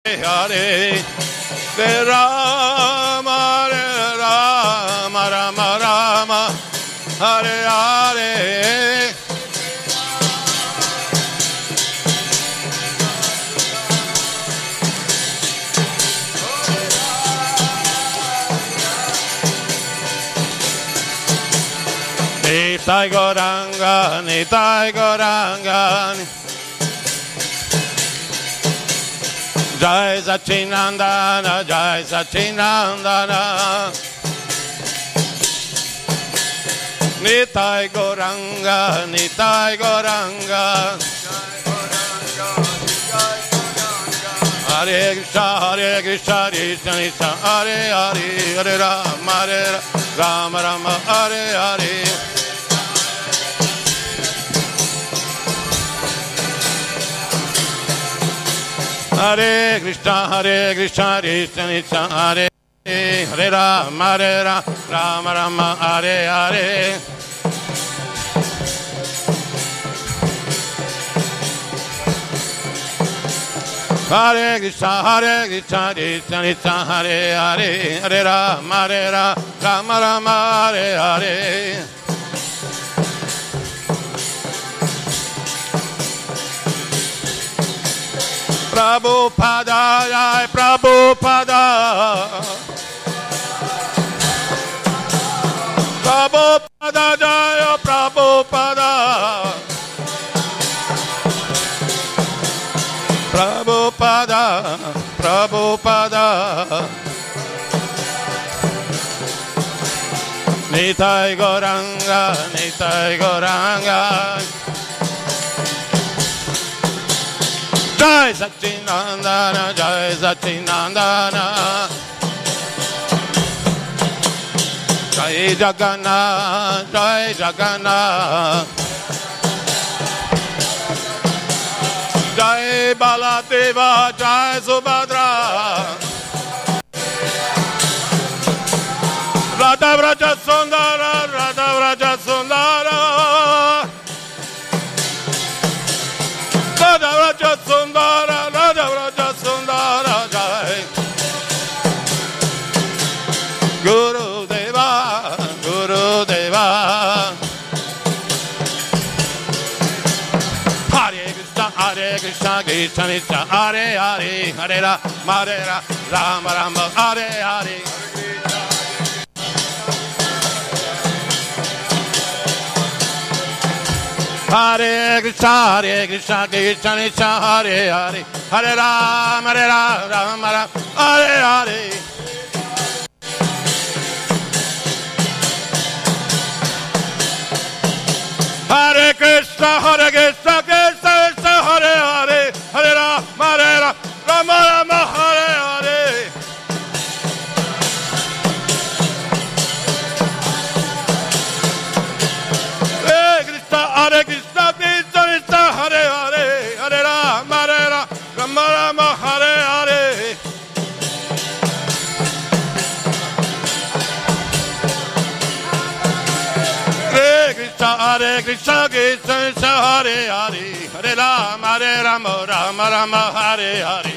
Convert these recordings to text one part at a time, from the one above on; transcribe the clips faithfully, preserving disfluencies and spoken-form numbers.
Hare Rama Rama Rama Rama Hare Hare Nitai Gauranga, Nitai Gauranga, Jai Sachinandana, Jai Sachinandana, Nitai Gauranga, Nitai Gauranga, Hare Krishna, Hare Krishna, Krishna Krishna, Hare Hare, Hare Rama, Hare Rama, Rama Hare Hare. Hare Krishna, Hare Krishna, Krishna Krishna, Hare Hare Rama, Hare Rama, Rama Hare Hare. Hare Krishna, Hare Krishna, Krishna Krishna, Hare Hare, Hare Rama, Hare Rama, Rama Hare Hare. Prabhupada, Jai Prabhupada, Prabhupada, Jai Prabhupada, Prabhupada, Prabhupada, Nitai Gauranga, Nitai Gauranga, Jai Sachinandana, Jai Sachinandana, Jai Jagannath, Jai Jagannath, Jai Baladeva, Jai Subhadra, Radha Vraja Sundara, Radha Vraja Sundara, Radha Vraja Sundara, Radha Vraja Sundara, Jai Guru Deva, Guru Deva, Hare Krishna, Hare Krishna, Krishna Krishna, Hare Hare, Hare Rama, Hare Rama, Rama Hare Hare. Hare Krishna, Hare Krishna, Krishna Krishna, Hare Hare, Hare Rama, Hare Rama, Rama Hare Hare. Hare Krishna, Hare Krishna, Krishna Krishna, Hare Hare, Hare Rama, Hare Rama, Rama Hare Hare. Hare Krishna, Hare Krishna, Krishna Krishna, Hare Hare, Hare Rama, Hare Rama, Rama Hare Hare. Hare Krishna, Hare Krishna, Krishna Krishna, Hare Hare, Hare Rama, Hare Rama, Rama Rama Hare Hare.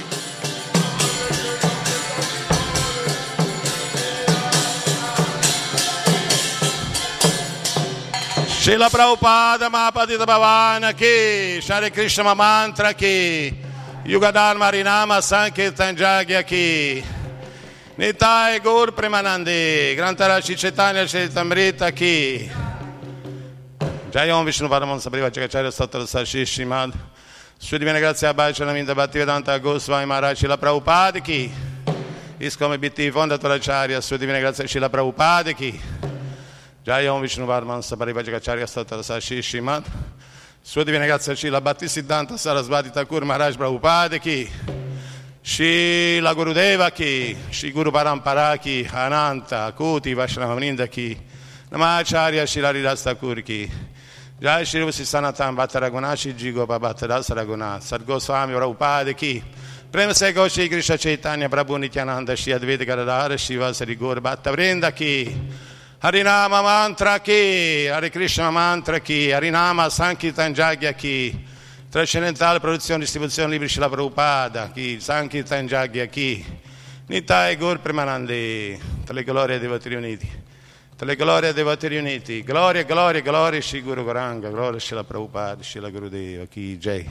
Srila Prabhupada Mahapadita Bhavana ki, Hare Krishna Mantra ki, Yuga Dharma Harinama Sankirtan Jagya ki, Nitai Gaur Premanandi, Grantarashi Chaitanya Charitamrita ki, Jayom Vishnu Paramansa Privacharya Sattva Sashi Shrimad, Sua Divina Grazia Bhaichanaminda Bhaktivedanta Goswami Maharaj Srila Prabhupada ki, Iskome B T Fondatoracharya, Sua Divina Grazia Srila Prabhupada ki, Jayom Vishnu Paramansa Privacharya Sattva Sashi Shrimad, Sua Divina Grazia Srila Bhaktisiddhanta Sarasvati Thakur Maharaj Prabhupada ki, Srila Gurudeva ki, Sri Guru Parampara ki, Ananta Koti Vaishnavaninda ki, Namacharya Srila Haridas Thakur ki, Jai Shri Rusi Sanatan Bhatta Raghunashi Jigopa Bhatta Rasa Raghunath Sadgoswami Prabhupada ki, Prema Se Goshi Krishna Chaitanya Prabhu Nityananda Shri Advaita Gadadhara Shiva Sri Gaur Bhatta Vrinda ki, Harinama Mantra ki, Hare Krishna Mantra ki, Harinama Sankirtan Jagya ki, trascendentale produzione, distribuzione libri Srila Prabhupada, chi Sankirtan Jagya, chi Nitai Gaur Premanandi, tra le glorie dei devoti riuniti, tra le glorie dei devoti riuniti, gloria, gloria, gloria Shri Guru Goranga, gloria Srila Prabhupada, Srila Gurudeva, chi Jai.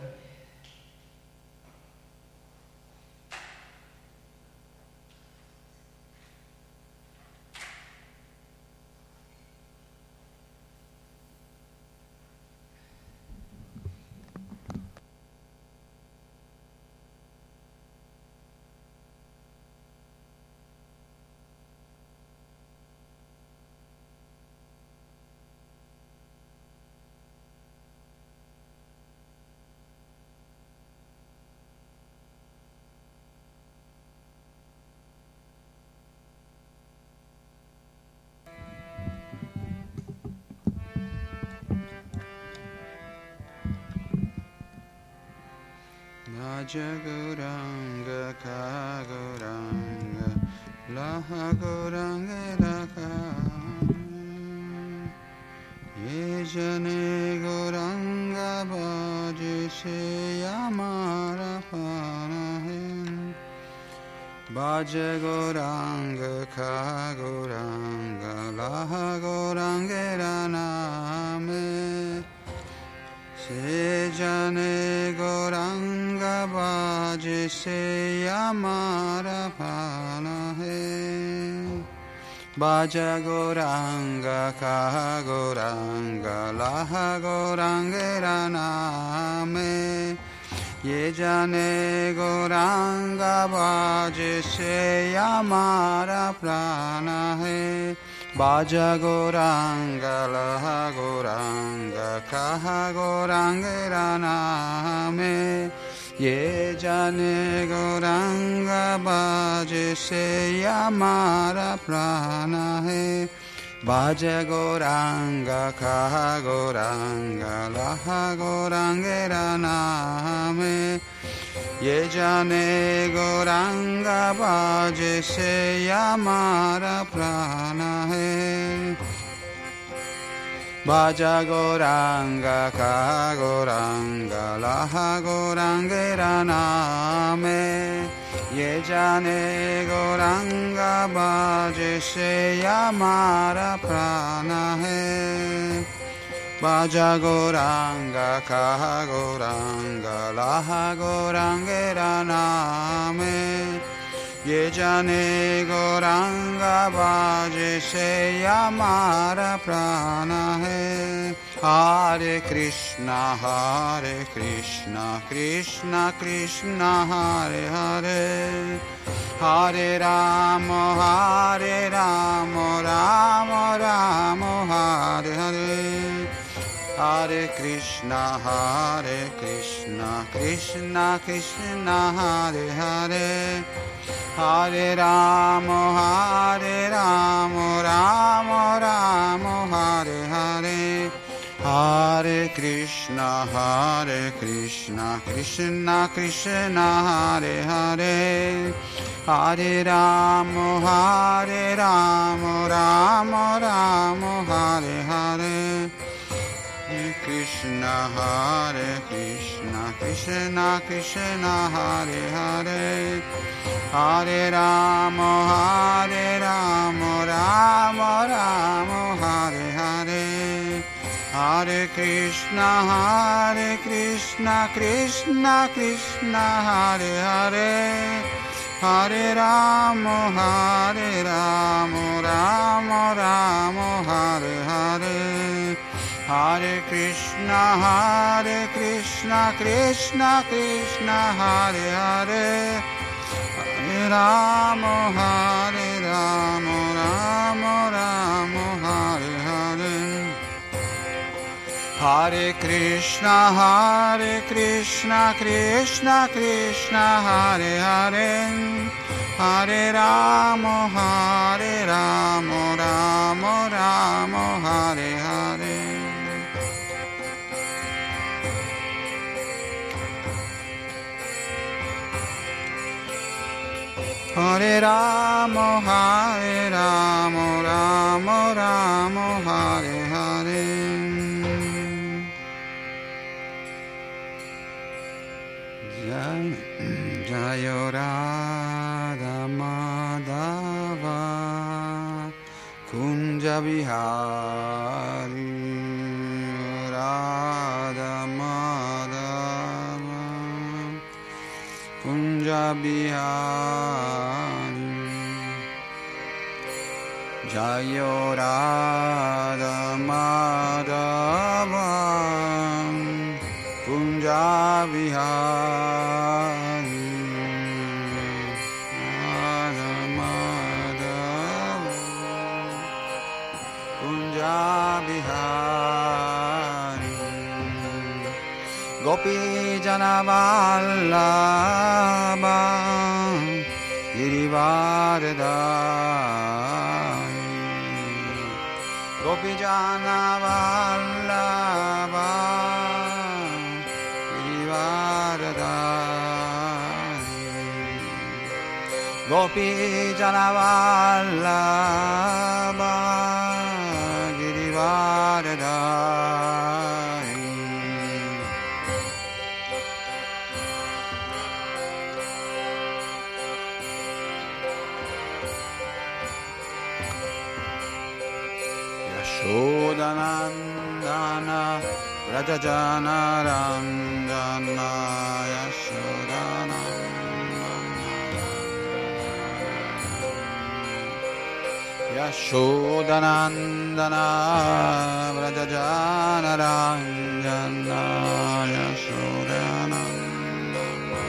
Jaguranga Kaguranga Laha Guranga Laka Yejane Guranga Bhaji Se Yamara Panahin Bhaja Guranga Kaguranga Laha Guranga Raname Se jane Gauranga Bhaje se Yamara Pana hai Bhaja Gauranga Kaha Gauranga Laha Gauranga Raname Ye jane Gauranga Bhaje se Yamara Prana hai Bhaja Gauranga Laha Gauranga Kaha Gauranga Raname Ye jane Gauranga Bhaje se Yamara Prana hai Bhaja Gauranga Kaha Gauranga Laha Gauranga Raname Ye jane Gauranga Bhaje se Yamara Prana hai Bhaja Gauranga Kaha Gauranga Laha Gauranga Raname Ye jane Gauranga Bhaje se Yamara Prana hai Bhaja Gauranga Kaha Gauranga Laha Gauranga Raname Ye jane Gauranga Bhaje se Yamara Prana hai Hare Krishna Hare Krishna Krishna Krishna Hare Hare Hare Rama Hare Rama Rama Rama Hare Hare Hare Krishna Hare Krishna Krishna Krishna Hare Hare Hare Rama Hare Rama Rama Rama Hare Hare Hare Krishna Hare Krishna Krishna Krishna Hare Hare Hare Rama Hare Rama Rama Rama Hare Hare Hare Krishna Hare Krishna Krishna Krishna Hare Hare Hare Rama Hare Rama Rama Rama Hare Hare Hare Krishna Hare Krishna Krishna Krishna Hare Hare Hare Rama Hare Rama Rama Rama Hare Hare Hare Krishna Hare Krishna Krishna Krishna Hare Hare Hare Rama Hare Rama Rama Rama Hare Hare Hare Krishna Hare Krishna Krishna Krishna Hare Hare Hare Rama Hare Rama Rama Rama Hare Hare Hare Rama Hare Rama Rama Rama Hare Hare Jayo Radha Madhava Kunja Bihari Radha Madhava Kunja Bihari Jayo Radha Madhava Kunja Bihari Radha Madhava Kunja Bihari Gopi Jana Vallabha Girivardhari Gopi Jana Vallabha Gopi Jana Vallabha Girivardhari Yashodanandana Rajajana Ranjana Yashodanandana Yashodanandana Vrajajana Ranjana Yashodanandana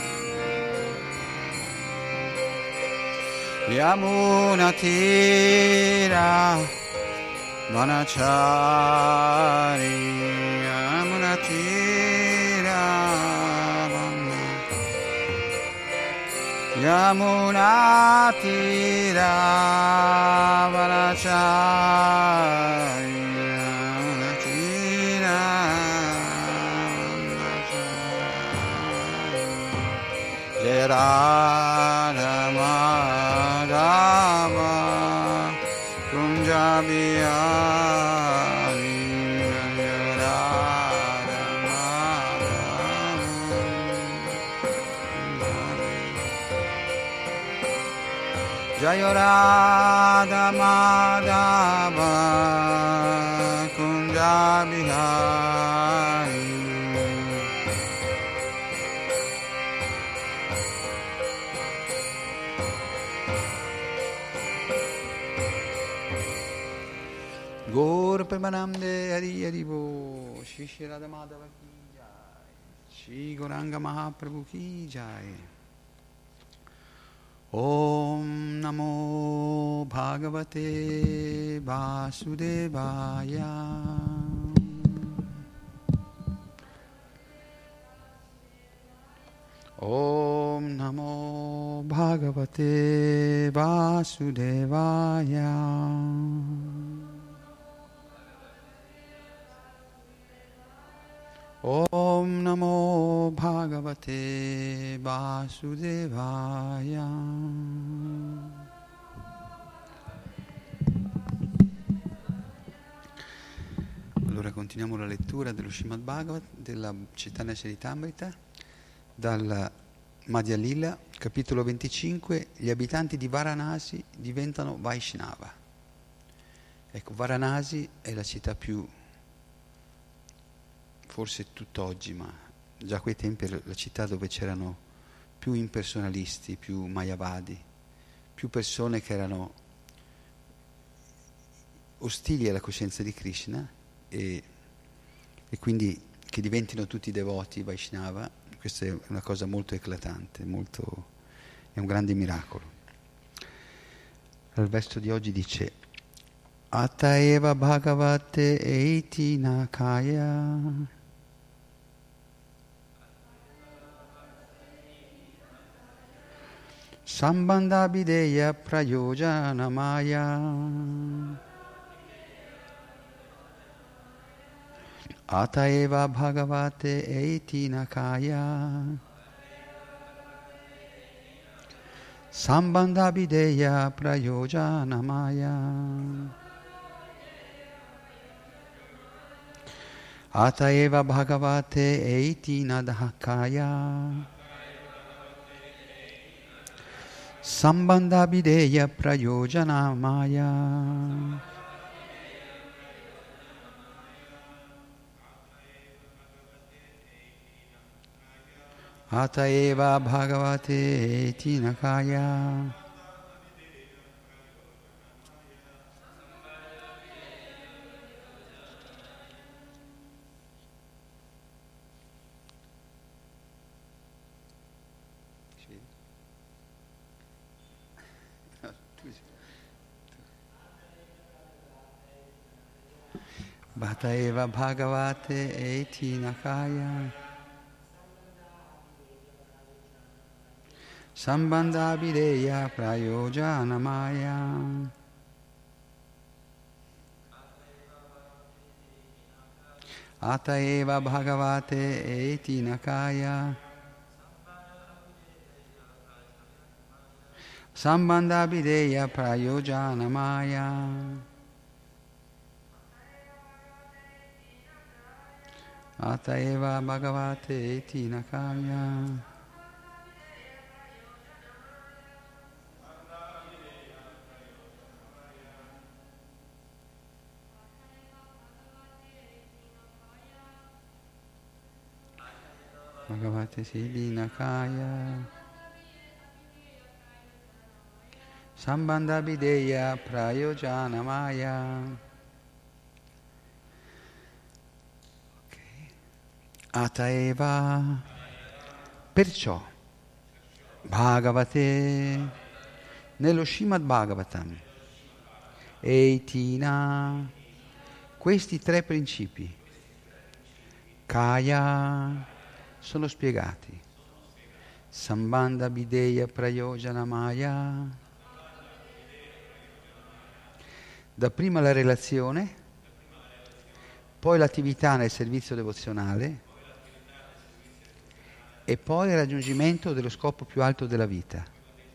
Yamunatira Vanachari Yamunatira Yamunatira Vanachari Yamunatira Vanachari Jai Radha Madhava Kunja Bihari Jai Radha Madhava Jai Radha Madhava Kunja Bihari Gaur Premanande Hari Haribo Shri Shri Radha Madhava Ki Jai Shri Gauranga Mahaprabhu Ki Jai Om Namo Bhagavate Vasudevaya Om Namo Bhagavate Vasudevaya Om Namo Bhagavate Vasudevaya. Allora continuiamo la lettura dello Srimad Bhagavat, della Chaitanya Charitamrita, dal Madhya Lila, capitolo venticinque, gli abitanti di Varanasi diventano Vaishnava. Ecco, Varanasi è la città più, forse tutt'oggi, ma già a quei tempi era la città dove c'erano più impersonalisti, più mayavadi, più persone che erano ostili alla coscienza di Krishna e, e quindi che diventino tutti devoti Vaishnava. Questa è una cosa molto eclatante, molto, è un grande miracolo. Il verso di oggi dice Ataeva Bhagavate Eiti Nakaya Sambandha Videya Prayojana Maya Ataeva Bhagavate Eiti Nakaya Sambandha Videya Prayojana Maya Ataeva Bhagavate Eiti Nadhakaya Sambandha videya prayojana maya. Ataeva bhagavate tinakaya. Bhataeva bhagavate eti nakaya sambandha videya prayojana maya. Ataeva bhagavate eti nakaya sambandha videya prayojana maya. Ataeva bhagavate eti nakaya bhagavate siddhi nakaya sambandha videya prayojana maya. Ataeva, perciò, Bhagavate, nello Srimad Bhagavatam, Eitina, questi tre principi, Kaya, sono spiegati, Sambandha videya prayojana maya, dapprima la relazione, poi l'attività nel servizio devozionale, e poi il raggiungimento dello scopo più alto della vita,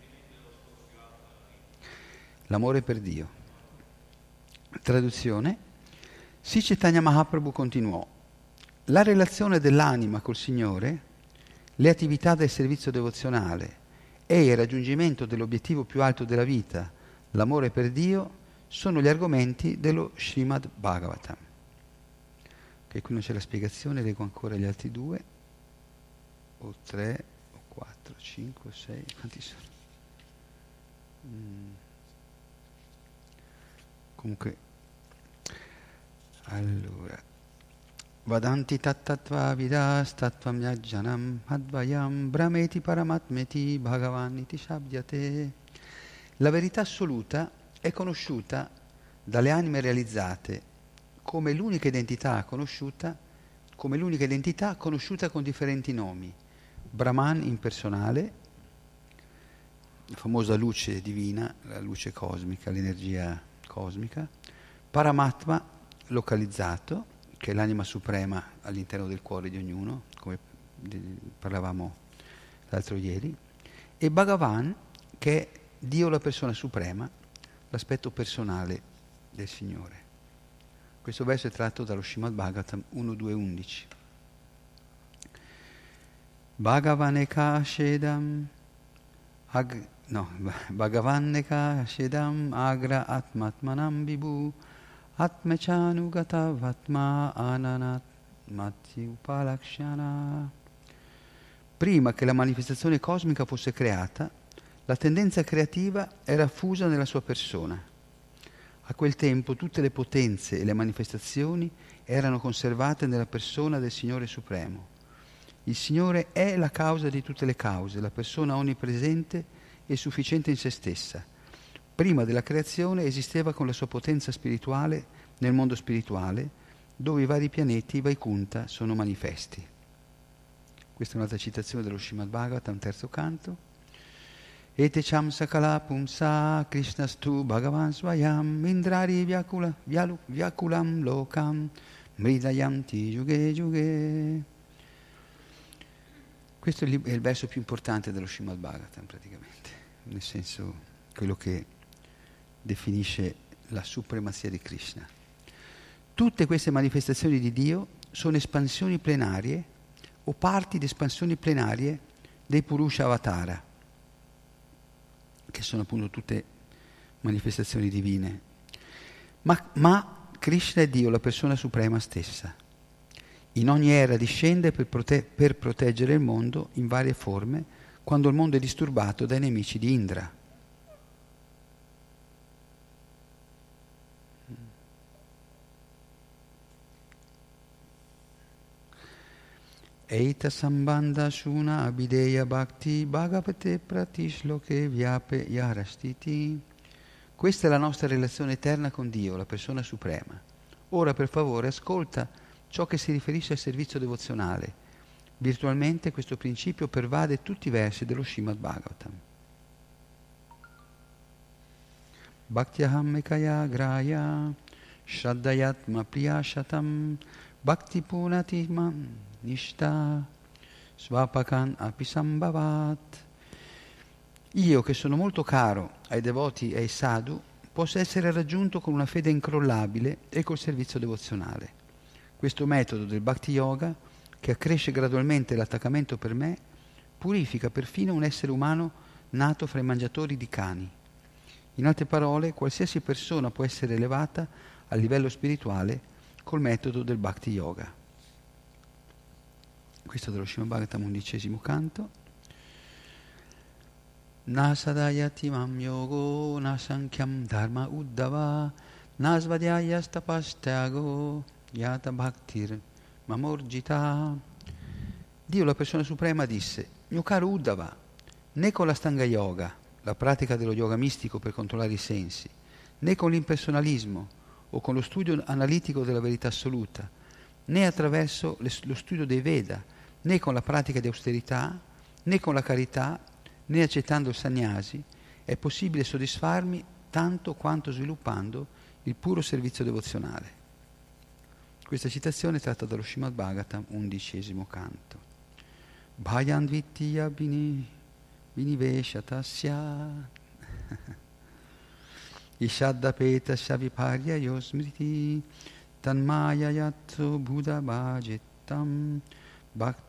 l'amore per Dio. Traduzione: Sri Chaitanya Mahaprabhu continuò: la relazione dell'anima col Signore, le attività del servizio devozionale e il raggiungimento dell'obiettivo più alto della vita, l'amore per Dio, sono gli argomenti dello Srimad Bhagavatam. Ok, qui non c'è la spiegazione, leggo ancora gli altri due. O tre, o quattro, cinque, sei, quanti sono? Mm. Comunque, allora, Vadanti tattattva vidas tattvam yajjanam advayam brahmeti paramatmeti bhagavan iti shabdyate. La verità assoluta è conosciuta dalle anime realizzate come l'unica identità conosciuta, come l'unica identità conosciuta con differenti nomi. Brahman impersonale, la famosa luce divina, la luce cosmica, l'energia cosmica, Paramatma localizzato, che è l'anima suprema all'interno del cuore di ognuno, come parlavamo l'altro ieri, e Bhagavan, che è Dio la persona suprema, l'aspetto personale del Signore. Questo verso è tratto dallo Srimad Bhagavatam uno due undici. Bhagavaneka Shedam ag, no, Bhagavaneka Shedam agra atmatmanam vibhu atmechanu gatavatma ananat mati upalakshana. Prima che la manifestazione cosmica fosse creata, la tendenza creativa era fusa nella sua persona. A quel tempo tutte le potenze e le manifestazioni erano conservate nella persona del Signore Supremo. Il Signore è la causa di tutte le cause, la persona onnipresente e sufficiente in se stessa. Prima della creazione esisteva con la sua potenza spirituale nel mondo spirituale, dove i vari pianeti, i Vaikunta, sono manifesti. Questa è un'altra citazione dello Srimad Bhagavatam, terzo canto. Ete cham sakala pumsa krishnastu bhagavan svayam indrari vyakula, vyakulam lokam mridayam ti yuge yuge. Questo è il verso più importante dello Srimad Bhagavatam, praticamente, nel senso quello che definisce la supremazia di Krishna. Tutte queste manifestazioni di Dio sono espansioni plenarie o parti di espansioni plenarie dei Purusha Avatara. che sono appunto tutte manifestazioni divine. Ma, ma Krishna è Dio, la persona suprema stessa. In ogni era discende per, prote- per proteggere il mondo in varie forme, quando il mondo è disturbato dai nemici di Indra. Eita sambandha shuna abideya bhakti bhagavate pratishloke vyape yarastiti. Questa è la nostra relazione eterna con Dio, la persona suprema. Ora per favore ascolta ciò che si riferisce al servizio devozionale. Virtualmente questo principio pervade tutti i versi dello Srimad Bhagavatam. Bhaktyaham ekaya graya shraddayatma priyashatam bhakti punatimam nishta svapakan apisambhavat. Io, che sono molto caro ai devoti e ai sadhu, posso essere raggiunto con una fede incrollabile e col servizio devozionale. Questo metodo del Bhakti Yoga, che accresce gradualmente l'attaccamento per me, purifica perfino un essere umano nato fra i mangiatori di cani. In altre parole, qualsiasi persona può essere elevata a livello spirituale col metodo del Bhakti Yoga. Questo dello Srimad Bhagavatam, undicesimo canto. Na sadayati mam yogo na sankyam dharma uddhava na svadhyaya stapastyago yata bhaktir mamorjita. Dio, la persona suprema, disse: mio caro Uddhava, né con la Stanga Yoga, la pratica dello yoga mistico per controllare i sensi, né con l'impersonalismo o con lo studio analitico della verità assoluta, né attraverso lo studio dei Veda, né con la pratica di austerità, né con la carità, né accettando il sannyasi, è possibile soddisfarmi tanto quanto sviluppando il puro servizio devozionale. Questa citazione è tratta dallo Srimad Bhagavatam, undicesimo canto. Bhayan vittiya viniveshatasya ishaddapeta shaviparya yosmriti tanmaya yatso buddha bhajettam bhakti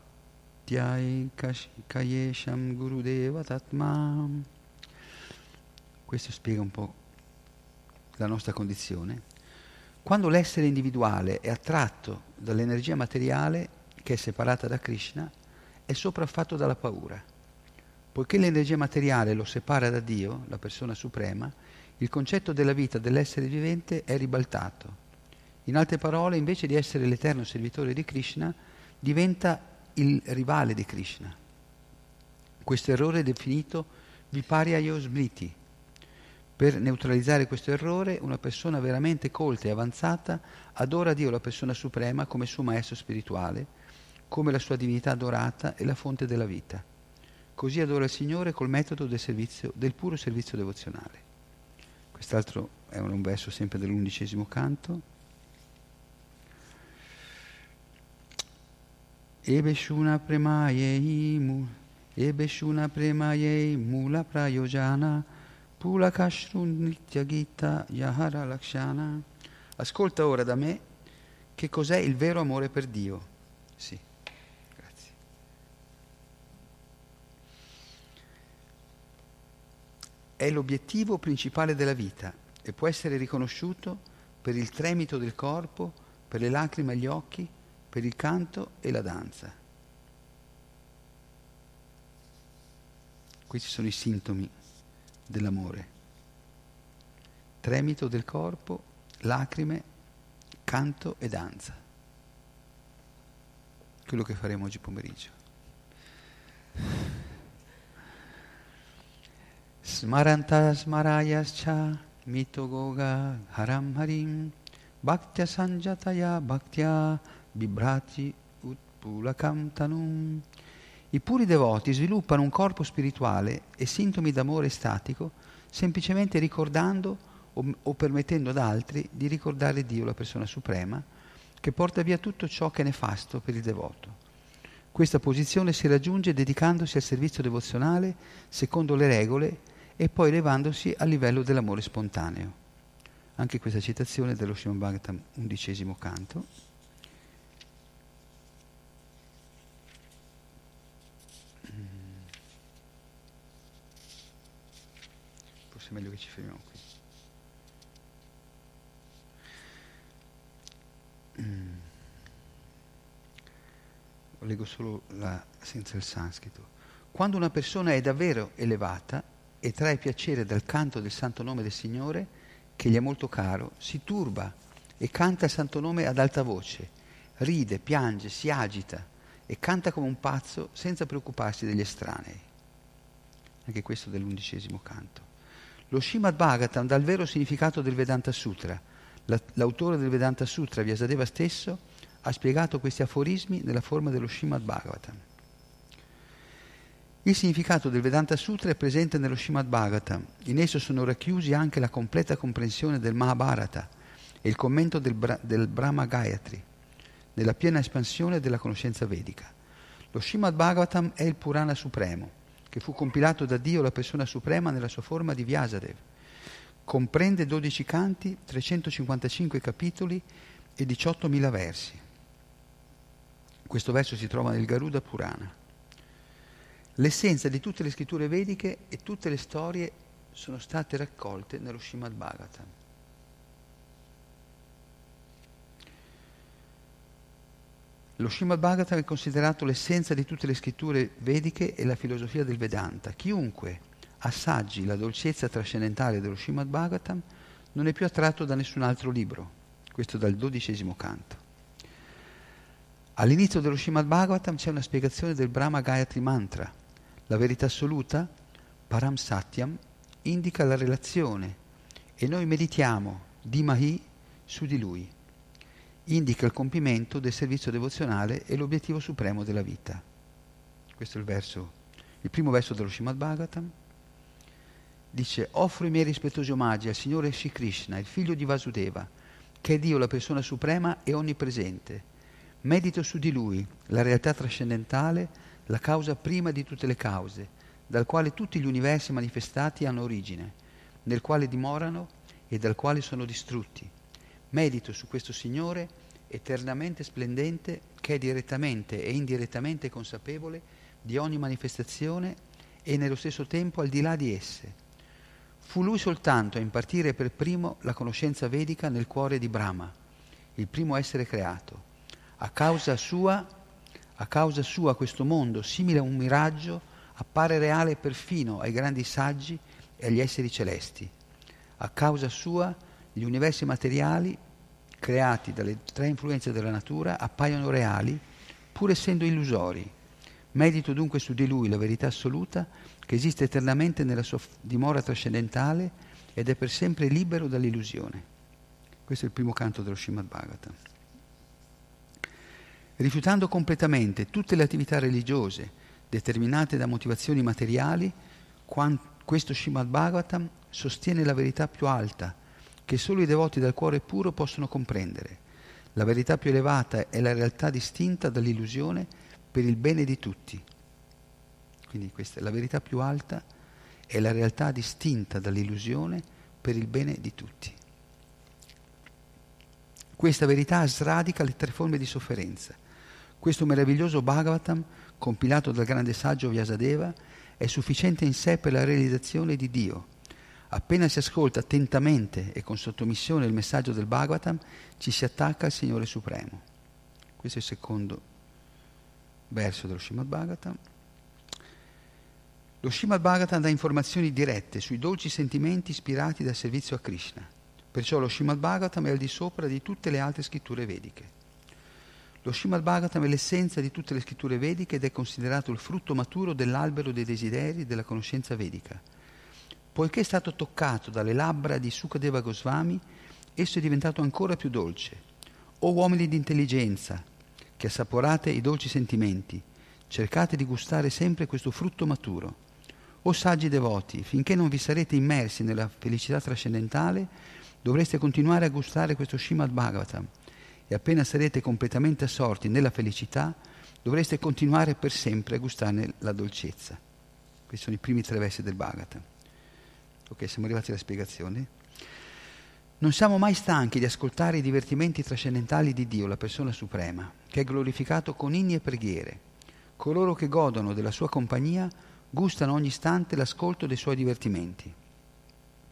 Kayesham Gurudeva Tatma. Questo spiega un po' la nostra condizione. Quando l'essere individuale è attratto dall'energia materiale che è separata da Krishna, è sopraffatto dalla paura. Poiché l'energia materiale lo separa da Dio, la persona suprema, il concetto della vita dell'essere vivente è ribaltato. In altre parole, invece di essere l'eterno servitore di Krishna, diventa il rivale di Krishna. Questo errore è definito Viparya Smriti. Per neutralizzare questo errore, una persona veramente colta e avanzata adora Dio, la persona suprema, come suo maestro spirituale, come la sua divinità adorata e la fonte della vita. Così adora il Signore col metodo del servizio, del puro servizio devozionale. Quest'altro è un verso sempre dell'undicesimo canto. Ebeshuna premayei mu Ebeshuna premayei mula prayojana pula kashrun nitya gita yahara lakshana. Ascolta ora da me che cos'è il vero amore per Dio. Sì, grazie. È l'obiettivo principale della vita e può essere riconosciuto per il tremito del corpo, per le lacrime agli occhi, per il canto e la danza. Questi sono i sintomi dell'amore. Tremito del corpo, lacrime, canto e danza. Quello che faremo oggi pomeriggio. Smaranta smarayascha mitogoga haram harim bhaktya sanjataya bhaktya Vibhrati utpulakam tanum. I puri devoti sviluppano un corpo spirituale e sintomi d'amore estatico semplicemente ricordando o, o permettendo ad altri di ricordare Dio, la persona suprema, che porta via tutto ciò che è nefasto per il devoto. Questa posizione si raggiunge dedicandosi al servizio devozionale secondo le regole e poi elevandosi a livello dell'amore spontaneo. Anche questa citazione dello Srimad Bhagavatam, undicesimo canto. forse è meglio che ci fermiamo qui. Mm. Leggo solo la, senza il sanscrito. Quando una persona è davvero elevata e trae piacere dal canto del santo nome del Signore, che gli è molto caro, si turba e canta il santo nome ad alta voce, ride, piange, si agita e canta come un pazzo senza preoccuparsi degli estranei. Anche questo dell'undicesimo canto. Lo Srimad Bhagavatam dà il vero significato del Vedanta Sutra. La, l'autore del Vedanta Sutra, Vyasadeva stesso, ha spiegato questi aforismi nella forma dello Srimad Bhagavatam. Il significato del Vedanta Sutra è presente nello Srimad Bhagavatam. In esso sono racchiusi anche la completa comprensione del Mahabharata e il commento del, Bra- del Brahma Gayatri, nella piena espansione della conoscenza vedica. Lo Srimad Bhagavatam è il Purana supremo, che fu compilato da Dio, la persona suprema, nella sua forma di Vyasadeva. Comprende dodici canti, trecentocinquantacinque capitoli e diciottomila versi. Questo verso si trova nel Garuda Purana. L'essenza di tutte le scritture vediche e tutte le storie sono state raccolte nello Srimad Bhagavatam. Lo Srimad Bhagavatam è considerato l'essenza di tutte le scritture vediche e la filosofia del Vedanta. Chiunque assaggi la dolcezza trascendentale dello Srimad Bhagavatam non è più attratto da nessun altro libro. Questo dal dodicesimo canto. All'inizio dello Srimad Bhagavatam c'è una spiegazione del Brahma Gayatri Mantra. La verità assoluta, Param Satyam, indica la relazione e noi meditiamo Dhimahi su di lui. Indica il compimento del servizio devozionale e l'obiettivo supremo della vita. Questo è il verso, il primo verso dello Srimad Bhagavatam. Dice: offro i miei rispettosi omaggi al Signore Shri Krishna, il figlio di Vasudeva, che è Dio, la persona suprema e onnipresente. Medito su di lui, la realtà trascendentale, la causa prima di tutte le cause, dal quale tutti gli universi manifestati hanno origine, nel quale dimorano e dal quale sono distrutti. Medito su questo Signore eternamente splendente, che è direttamente e indirettamente consapevole di ogni manifestazione e nello stesso tempo al di là di esse. Fu lui soltanto a impartire per primo la conoscenza vedica nel cuore di Brahma, il primo essere creato. A causa sua, a causa sua questo mondo, simile a un miraggio, appare reale perfino ai grandi saggi e agli esseri celesti. A causa sua gli universi materiali, creati dalle tre influenze della natura, appaiono reali, pur essendo illusori. Medito dunque su di lui, la verità assoluta, che esiste eternamente nella sua dimora trascendentale ed è per sempre libero dall'illusione. Questo è il primo canto dello Srimad Bhagavatam. Rifiutando completamente tutte le attività religiose determinate da motivazioni materiali, questo Srimad Bhagavatam sostiene la verità più alta che solo i devoti dal cuore puro possono comprendere. La verità più elevata è la realtà distinta dall'illusione per il bene di tutti. Quindi questa è la verità più alta, è la realtà distinta dall'illusione per il bene di tutti. Questa verità sradica le tre forme di sofferenza. Questo meraviglioso Bhagavatam, compilato dal grande saggio Vyasadeva, è sufficiente in sé per la realizzazione di Dio. Appena si ascolta attentamente e con sottomissione il messaggio del Bhagavatam, ci si attacca al Signore Supremo. Questo è il secondo verso dello Srimad Bhagavatam. Lo Srimad Bhagavatam dà informazioni dirette sui dolci sentimenti ispirati dal servizio a Krishna. Perciò lo Srimad Bhagavatam è al di sopra di tutte le altre scritture vediche. Lo Srimad Bhagavatam è l'essenza di tutte le scritture vediche ed è considerato il frutto maturo dell'albero dei desideri della conoscenza vedica. Poiché è stato toccato dalle labbra di Sukadeva Goswami, esso è diventato ancora più dolce. O uomini di intelligenza, che assaporate i dolci sentimenti, cercate di gustare sempre questo frutto maturo. O saggi devoti, finché non vi sarete immersi nella felicità trascendentale, dovreste continuare a gustare questo Srimad Bhagavatam e appena sarete completamente assorti nella felicità, dovreste continuare per sempre a gustarne la dolcezza. Questi sono i primi tre versi del Bhagavatam. Ok, siamo arrivati alla spiegazione. Non siamo mai stanchi di ascoltare i divertimenti trascendentali di Dio, la persona suprema, che è glorificato con inni e preghiere. Coloro che godono della sua compagnia gustano ogni istante l'ascolto dei suoi divertimenti.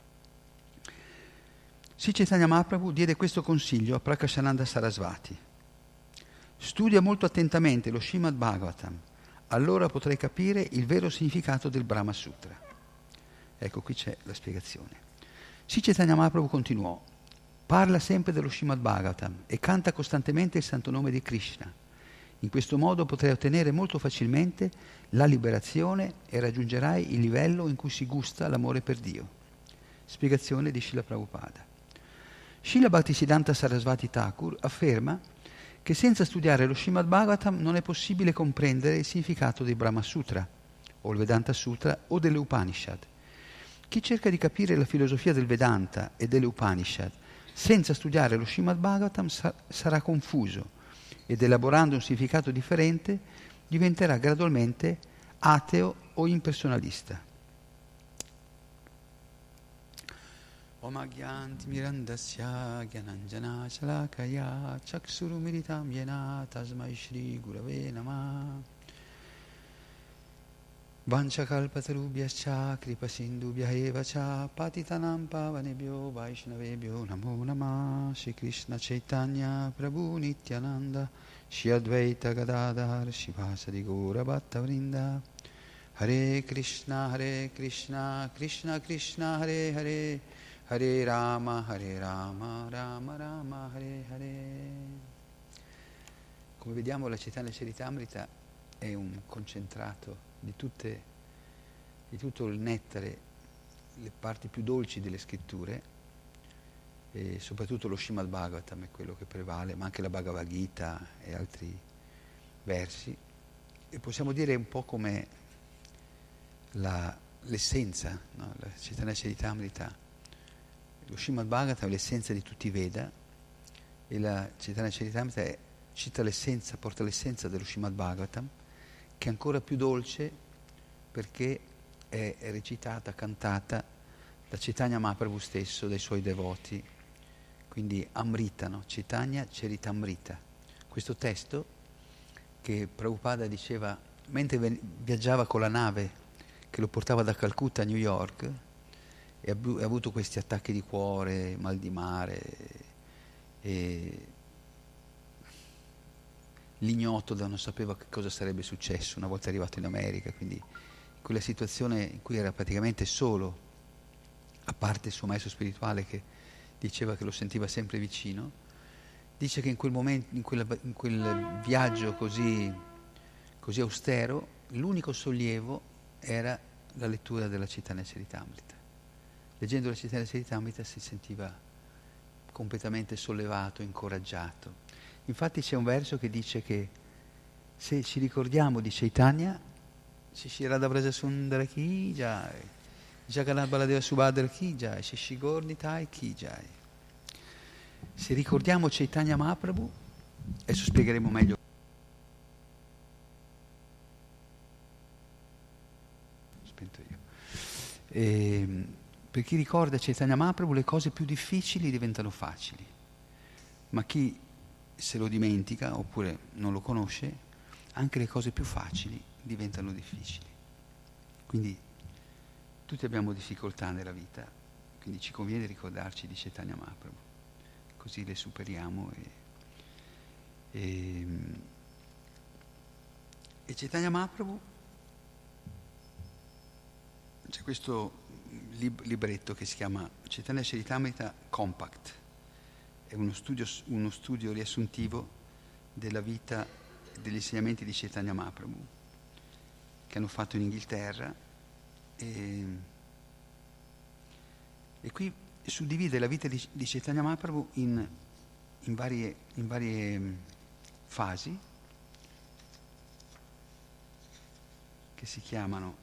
Sri Chaitanya Mahaprabhu diede questo consiglio a Prakashananda Sarasvati: studia molto attentamente lo Srimad Bhagavatam, allora potrai capire il vero significato del Brahma Sutra. Ecco, qui c'è la spiegazione. Sri Chaitanya Mahaprabhu continuò: parla sempre dello Srimad Bhagavatam e canta costantemente il santo nome di Krishna. In questo modo potrai ottenere molto facilmente la liberazione e raggiungerai il livello in cui si gusta l'amore per Dio. Spiegazione di Srila Prabhupada. Srila Bhaktisiddhanta Sarasvati Thakur afferma che senza studiare lo Srimad Bhagavatam non è possibile comprendere il significato dei Brahma Sutra, o il Vedanta Sutra, o delle Upanishad. Chi cerca di capire la filosofia del Vedanta e delle Upanishad senza studiare lo Srimad Bhagavatam sa- sarà confuso ed elaborando un significato differente diventerà gradualmente ateo o impersonalista. Om Agyanti Mirandasya Gyananjana Shalakaya Chakshuru Miritam Yena Tasmai Shri Gurave Namah Vanchakalpatarubhyascha Kripasindubhya eva cha Patitanam Pavanebhyo Vaishnavebhyo Namo Namah Shri Krishna Chaitanya Prabhu Nityananda Shri Advaita Gadadhar Shivasadi Gaura Bhattavrinda Hare Krishna Hare Krishna Krishna Krishna Hare Hare Hare Rama Hare Rama Rama Rama Hare Hare. Come vediamo, la Chaitanya Charitamrita è un concentrato di tutte, di tutto il nettare, le parti più dolci delle scritture, e soprattutto lo Srimad Bhagavatam è quello che prevale, ma anche la Bhagavad Gita e altri versi, e possiamo dire un po' come la, l'essenza, no? La Chaitanya Charitamrita. Lo Srimad Bhagavatam è l'essenza di tutti i Veda e la Chaitanya Charitamrita è, cita l'essenza, porta l'essenza dello Srimad Bhagavatam, che è ancora più dolce perché è recitata, cantata da Chaitanya Mahaprabhu stesso, dai suoi devoti, quindi Amrita, no? Chaitanya Charitamrita. Questo testo che Prabhupada diceva mentre viaggiava con la nave che lo portava da Calcutta a New York, e ha avuto questi attacchi di cuore, mal di mare, e l'ignoto non sapeva che cosa sarebbe successo una volta arrivato in America, quindi in quella situazione in cui era praticamente solo, a parte il suo maestro spirituale che diceva che lo sentiva sempre vicino, dice che in quel momento, in, quella, in quel viaggio così, così austero, l'unico sollievo era la lettura della Chaitanya Charitamrita. Leggendo la Chaitanya Charitamrita si sentiva completamente sollevato, incoraggiato. Infatti c'è un verso che dice che se ci ricordiamo di Chaitanya, Shri Radha Vraja Sundara Ki Jai, Jagannath Baladeva Subhadra Ki Jai, Shri Gaur Nitai Ki Jai. Se ricordiamo Chaitanya Mahaprabhu, adesso spiegheremo meglio. Spento io. E, per chi ricorda Chaitanya Mahaprabhu le cose più difficili diventano facili, ma chi se lo dimentica oppure non lo conosce, anche le cose più facili diventano difficili. Quindi tutti abbiamo difficoltà nella vita, quindi ci conviene ricordarci di Chaitanya Mahaprabhu, così le superiamo. E, e, e Chaitanya Mahaprabhu, c'è questo lib- libretto che si chiama Chaitanya Charitamrita Compact, è uno studio, uno studio riassuntivo della vita e degli insegnamenti di Chaitanya Mahaprabhu che hanno fatto in Inghilterra, e, e qui suddivide la vita di, di Chaitanya Mahaprabhu in, in, varie, in varie fasi che si chiamano.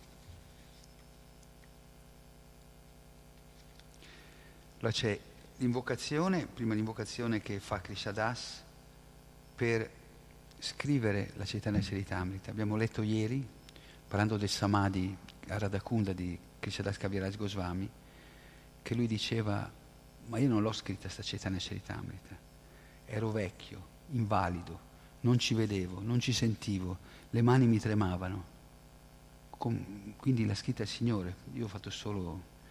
Allora c'è l'invocazione, prima l'invocazione che fa Krishnadas per scrivere la Chaitanya Charitamrita. Abbiamo letto ieri, parlando del Samadhi a Radhakunda di Krishnadas Kaviraj Goswami, che lui diceva: ma io non l'ho scritta sta Chaitanya Charitamrita, ero vecchio, invalido, non ci vedevo, non ci sentivo, le mani mi tremavano, Com- quindi l'ha scritta il Signore, io ho fatto solo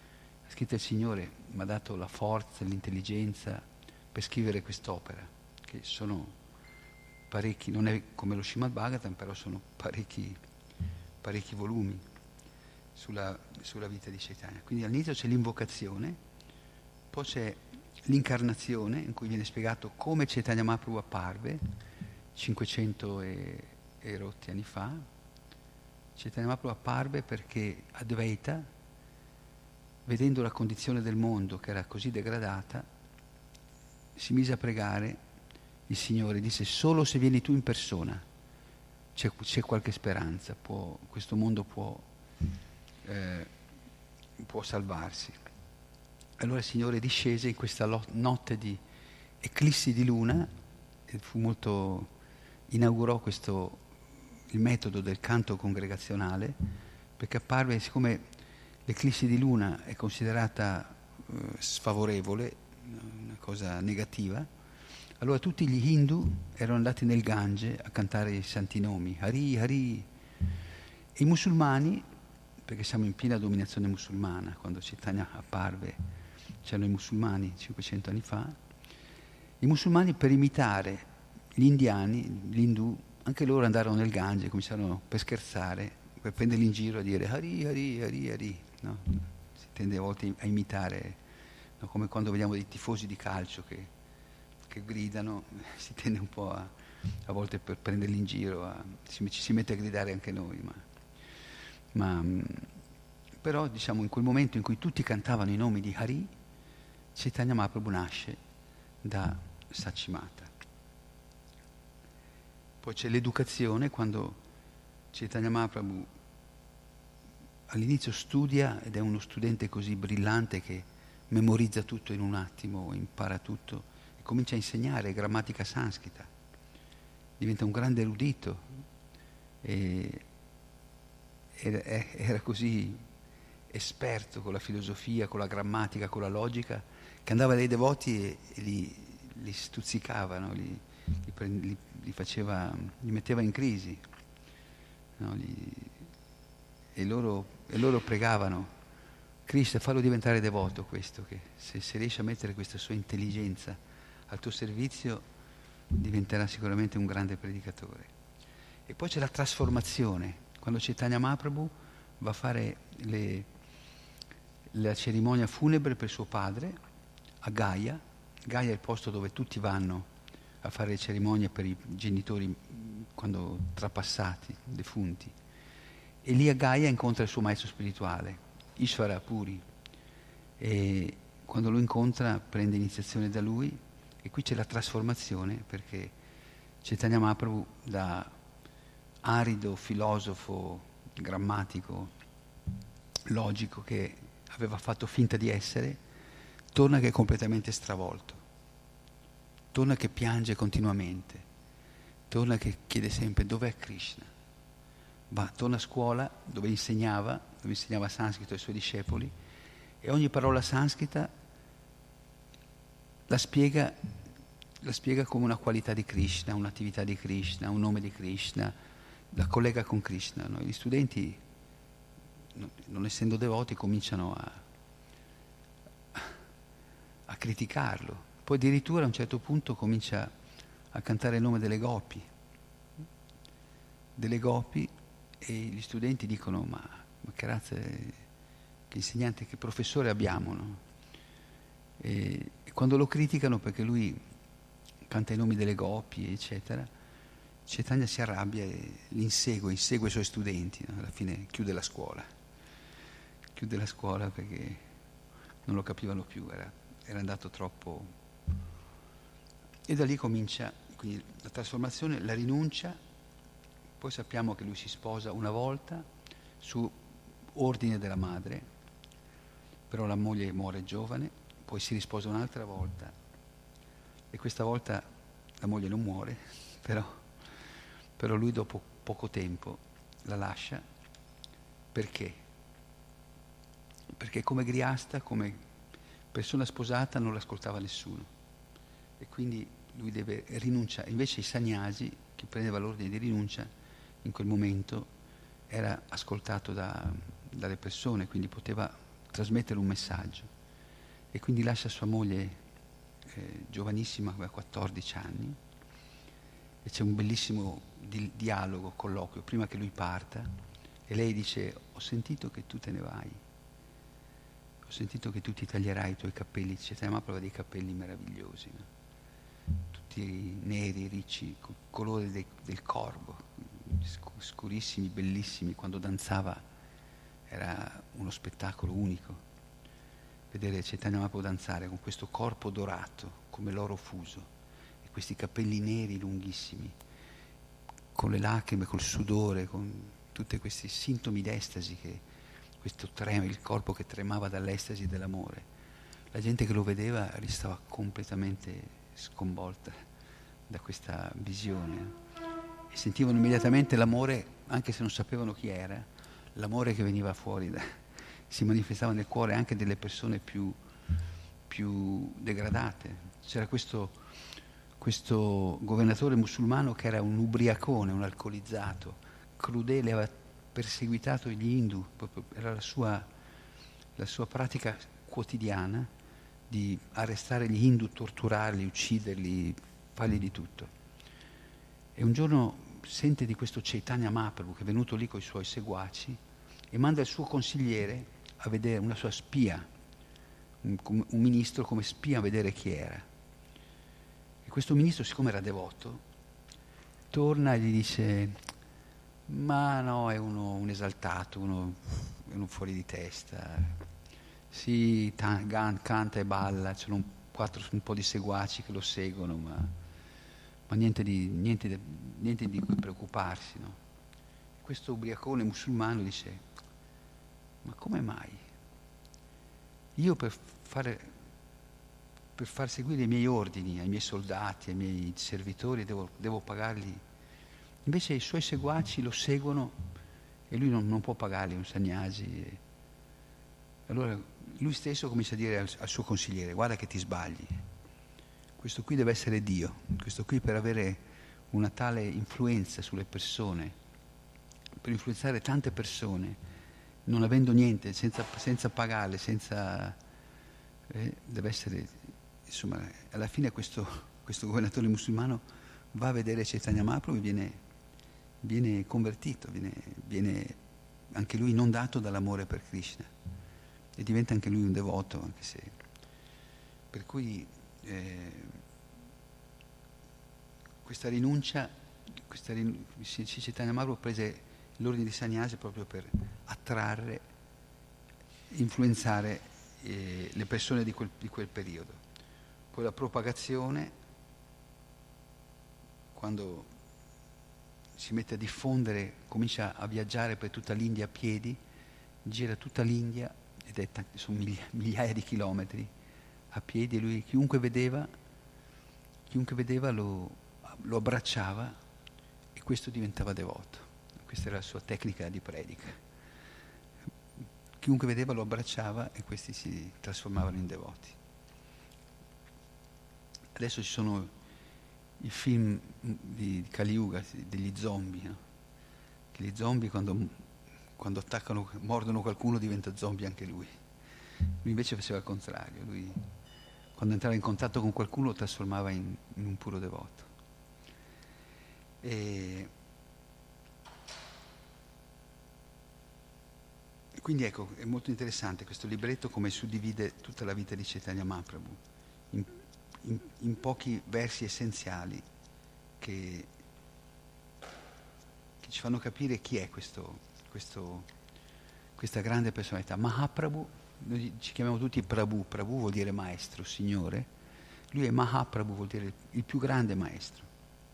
Ha scritto: il Signore mi ha dato la forza, l'intelligenza per scrivere quest'opera, che sono parecchi, non è come lo Srimad Bhagavatam, però sono parecchi, parecchi volumi sulla, sulla vita di Chaitanya. Quindi all'inizio c'è l'invocazione, poi c'è l'incarnazione, in cui viene spiegato come Chaitanya Mahaprabhu apparve cinquecento e, e rotti anni fa. Chaitanya Mahaprabhu apparve perché Advaita, vedendo la condizione del mondo che era così degradata, si mise a pregare il Signore, disse: solo se vieni tu in persona c'è, c'è qualche speranza, può, questo mondo può, eh, può salvarsi. Allora il Signore discese in questa lo- notte di eclissi di luna, e fu molto, inaugurò questo, il metodo del canto congregazionale, perché apparve, siccome l'eclissi di luna è considerata eh, sfavorevole, una cosa negativa, allora tutti gli Hindu erano andati nel Gange a cantare i santi nomi, Hari Hari, e i musulmani, perché siamo in piena dominazione musulmana, quando Chaitanya apparve c'erano i musulmani cinquecento anni fa, i musulmani, per imitare gli indiani, gli indù, anche loro andarono nel Gange, cominciarono per scherzare, per prenderli in giro a dire Hari Hari Hari Hari, no? Si tende a volte a imitare, no? Come quando vediamo dei tifosi di calcio che, che gridano, si tende un po' a, a volte per prenderli in giro, a, ci, ci si mette a gridare anche noi, ma, ma però diciamo in quel momento in cui tutti cantavano i nomi di Hari, Chaitanya Mahaprabhu nasce da Sachimata. Poi c'è l'educazione, quando Chaitanya Mahaprabhu all'inizio studia, ed è uno studente così brillante che memorizza tutto in un attimo, impara tutto e comincia a insegnare grammatica sanscrita, diventa un grande erudito, e era, era così esperto con la filosofia, con la grammatica, con la logica, che andava dai devoti e, e li, li stuzzicava, no? li, li, prend, li, li, faceva, li metteva in crisi, no? li, e, loro, e loro pregavano: Krishna, fallo diventare devoto questo, che se, se riesce a mettere questa sua intelligenza al tuo servizio diventerà sicuramente un grande predicatore. E poi c'è la trasformazione, quando Chaitanya Mahaprabhu va a fare le, la cerimonia funebre per suo padre a Gaya. Gaya è il posto dove tutti vanno a fare le cerimonie per i genitori quando trapassati, defunti. E lì a Gaya incontra il suo maestro spirituale, Ishvara Puri, e quando lo incontra prende iniziazione da lui, e qui c'è la trasformazione, perché Chaitanya Mahaprabhu, da arido filosofo grammatico, logico che aveva fatto finta di essere, torna che è completamente stravolto, torna che piange continuamente, torna che chiede sempre dov'è Krishna. Va, torna a scuola dove insegnava, dove insegnava sanscrito ai suoi discepoli, e ogni parola sanscrita la spiega, la spiega come una qualità di Krishna, un'attività di Krishna, un nome di Krishna, la collega con Krishna. No? Gli studenti, non essendo devoti, cominciano a, a criticarlo. Poi addirittura a un certo punto comincia a cantare il nome delle gopi, delle gopi, e gli studenti dicono: ma, ma che razza, che insegnante, che professore abbiamo, no? E, e quando lo criticano perché lui canta i nomi delle gopi, eccetera, Chaitanya si arrabbia e li insegue, insegue i suoi studenti, no? Alla fine chiude la scuola, chiude la scuola perché non lo capivano più, era, era andato troppo. E da lì comincia quindi la trasformazione, la rinuncia. Poi sappiamo che lui si sposa una volta su ordine della madre, però la moglie muore giovane, poi si risposa un'altra volta e questa volta la moglie non muore, però, però lui dopo poco tempo la lascia. Perché? Perché come griasta, come persona sposata, non l'ascoltava nessuno, e quindi lui deve rinunciare. Invece i sannyasi, chi prendeva l'ordine di rinuncia, in quel momento era ascoltato da, dalle persone, quindi poteva trasmettere un messaggio. E quindi lascia sua moglie eh, giovanissima, aveva quattordici anni, e c'è un bellissimo di- dialogo, colloquio, prima che lui parta, e lei dice: ho sentito che tu te ne vai, ho sentito che tu ti taglierai i tuoi capelli. Chaitanya Mahaprabhu aveva dei capelli meravigliosi, no? Tutti neri, ricci, col colore dei, del corvo, sc- scurissimi, bellissimi. Quando danzava era uno spettacolo unico. Vedere Chaitanya Mahaprabhu danzare con questo corpo dorato, come l'oro fuso, e questi capelli neri lunghissimi, con le lacrime, col sudore, con tutti questi sintomi d'estasi, che questo trema, il corpo che tremava dall'estasi dell'amore. La gente che lo vedeva restava completamente sconvolta da questa visione e sentivano immediatamente l'amore, anche se non sapevano chi era, l'amore che veniva fuori, da, si manifestava nel cuore anche delle persone più, più degradate. C'era questo, questo governatore musulmano che era un ubriacone, un alcolizzato, crudele, aveva perseguitato gli Hindu, proprio era la sua, la sua pratica quotidiana di arrestare gli Hindu, torturarli, ucciderli, fargli di tutto. E un giorno sente di questo Chaitanya Mahaprabhu che è venuto lì con i suoi seguaci e manda il suo consigliere a vedere, una sua spia, un, un ministro come spia a vedere chi era. E questo ministro, siccome era devoto, torna e gli dice: ma no, è uno un esaltato, uno, è uno fuori di testa, sì, ta- gan- canta e balla, c'è un, quattro, un po' di seguaci che lo seguono, ma, ma niente, di, niente, di, niente di cui preoccuparsi, no? Questo ubriacone musulmano dice: ma come mai? Io per fare, per far seguire i miei ordini ai miei soldati, ai miei servitori, devo, devo pagarli. Invece i suoi seguaci lo seguono e lui non, non può pagarli, un sannyasi. E allora lui stesso comincia a dire al, al suo consigliere: guarda che ti sbagli, questo qui deve essere Dio, questo qui per avere una tale influenza sulle persone, per influenzare tante persone, non avendo niente, senza, senza pagarle, senza, eh, deve essere, insomma, alla fine questo, questo governatore musulmano va a vedere Chaitanya Mahaprabhu e viene, viene convertito, viene, viene anche lui inondato dall'amore per Krishna e diventa anche lui un devoto, anche se, per cui eh, questa rinuncia, questa rin- Chaitanya Mahaprabhu prese l'ordine di sannyasi proprio per attrarre, influenzare eh, le persone di quel, di quel periodo. Poi la propagazione, quando si mette a diffondere, comincia a viaggiare per tutta l'India a piedi, gira tutta l'India, ed è t- sono migliaia, migliaia di chilometri a piedi, e lui, chiunque vedeva, chiunque vedeva lo, lo abbracciava, e questo diventava devoto. Questa era la sua tecnica di predica. Chiunque vedeva lo abbracciava e questi si trasformavano in devoti. Adesso ci sono i film di Kali Yuga, degli zombie, no? Che gli zombie quando, quando attaccano, mordono qualcuno, diventa zombie anche lui. Lui invece faceva il contrario, lui quando entrava in contatto con qualcuno lo trasformava in, in un puro devoto. E quindi ecco, è molto interessante questo libretto, come suddivide tutta la vita di Chaitanya Mahaprabhu in, in, in pochi versi essenziali che, che ci fanno capire chi è questo, questo, questa grande personalità. Mahaprabhu, noi ci chiamiamo tutti Prabhu, Prabhu vuol dire maestro, signore, lui è Mahaprabhu, vuol dire il più grande maestro,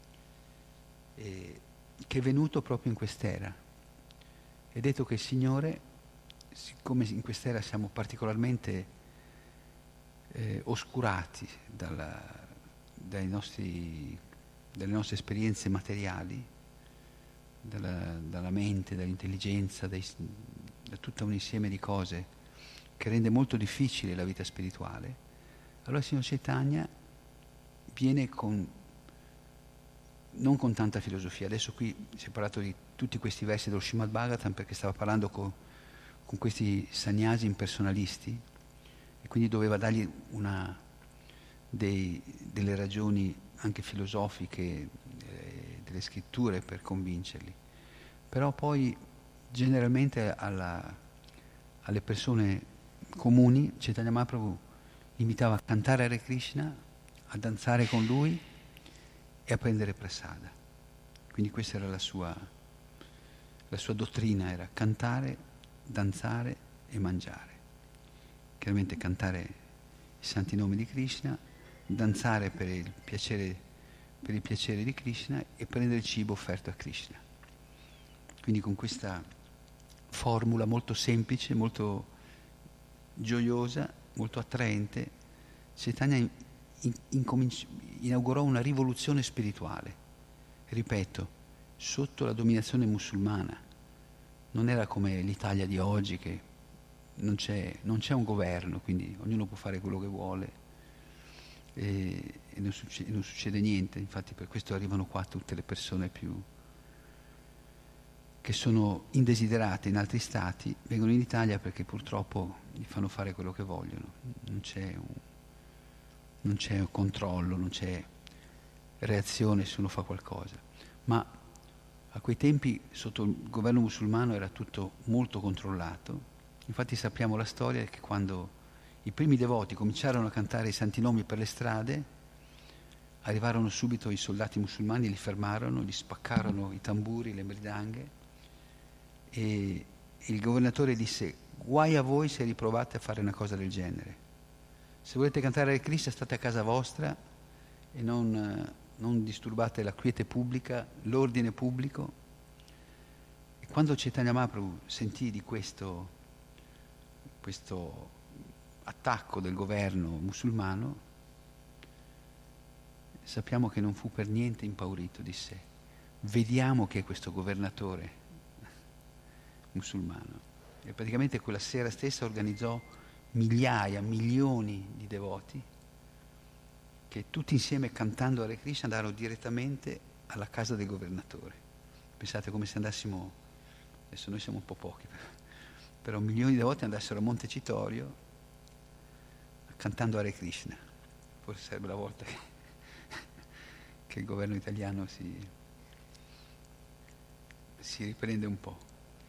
e, che è venuto proprio in quest'era. È detto che il Signore, siccome in quest'era siamo particolarmente eh, oscurati dalla, dai nostri, dalle nostre esperienze materiali, dalla, dalla mente, dall'intelligenza, dai, da tutto un insieme di cose che rende molto difficile la vita spirituale, allora il Signor Chaitanya viene con, non con tanta filosofia. Adesso qui si è parlato di tutti questi versi dello Srimad Bhagavatam perché stava parlando con con questi sannyasi impersonalisti, e quindi doveva dargli una, dei, delle ragioni anche filosofiche, eh, delle scritture per convincerli. Però poi generalmente alla, alle persone comuni Chaitanya Mahaprabhu invitava a cantare Hare Krishna, a danzare con lui e a prendere prasada. Quindi questa era la sua, la sua dottrina, era cantare, danzare e mangiare. Chiaramente cantare i santi nomi di Krishna, danzare per il piacere, per il piacere di Krishna e prendere il cibo offerto a Krishna. Quindi con questa formula molto semplice, molto gioiosa, molto attraente, Chaitanya in, in, incominci, inaugurò una rivoluzione spirituale, ripeto, sotto la dominazione musulmana. Non era come l'Italia di oggi, che non c'è, non c'è un governo, quindi ognuno può fare quello che vuole e, e non, succede, non succede niente. Infatti per questo arrivano qua tutte le persone più che sono indesiderate in altri stati, vengono in Italia perché purtroppo gli fanno fare quello che vogliono. Non c'è un, non c'è un controllo, non c'è reazione se uno fa qualcosa. Ma a quei tempi sotto il governo musulmano era tutto molto controllato. Infatti sappiamo la storia che quando i primi devoti cominciarono a cantare i santi nomi per le strade, arrivarono subito i soldati musulmani, li fermarono, gli spaccarono i tamburi, le mridanghe, e il governatore disse: guai a voi se riprovate a fare una cosa del genere. Se volete cantare Hare Krishna state a casa vostra e non, non disturbate la quiete pubblica, l'ordine pubblico. E quando Chaitanya Mahaprabhu sentì di questo, questo attacco del governo musulmano, sappiamo che non fu per niente impaurito, disse: vediamo chi è questo governatore musulmano. E praticamente quella sera stessa organizzò migliaia, milioni di devoti che tutti insieme cantando Hare Krishna andarono direttamente alla casa del governatore. Pensate come se andassimo, adesso noi siamo un po' pochi, però milioni di devoti andassero a Montecitorio cantando Hare Krishna. Forse sarebbe la volta che, che il governo italiano si, si riprende un po'.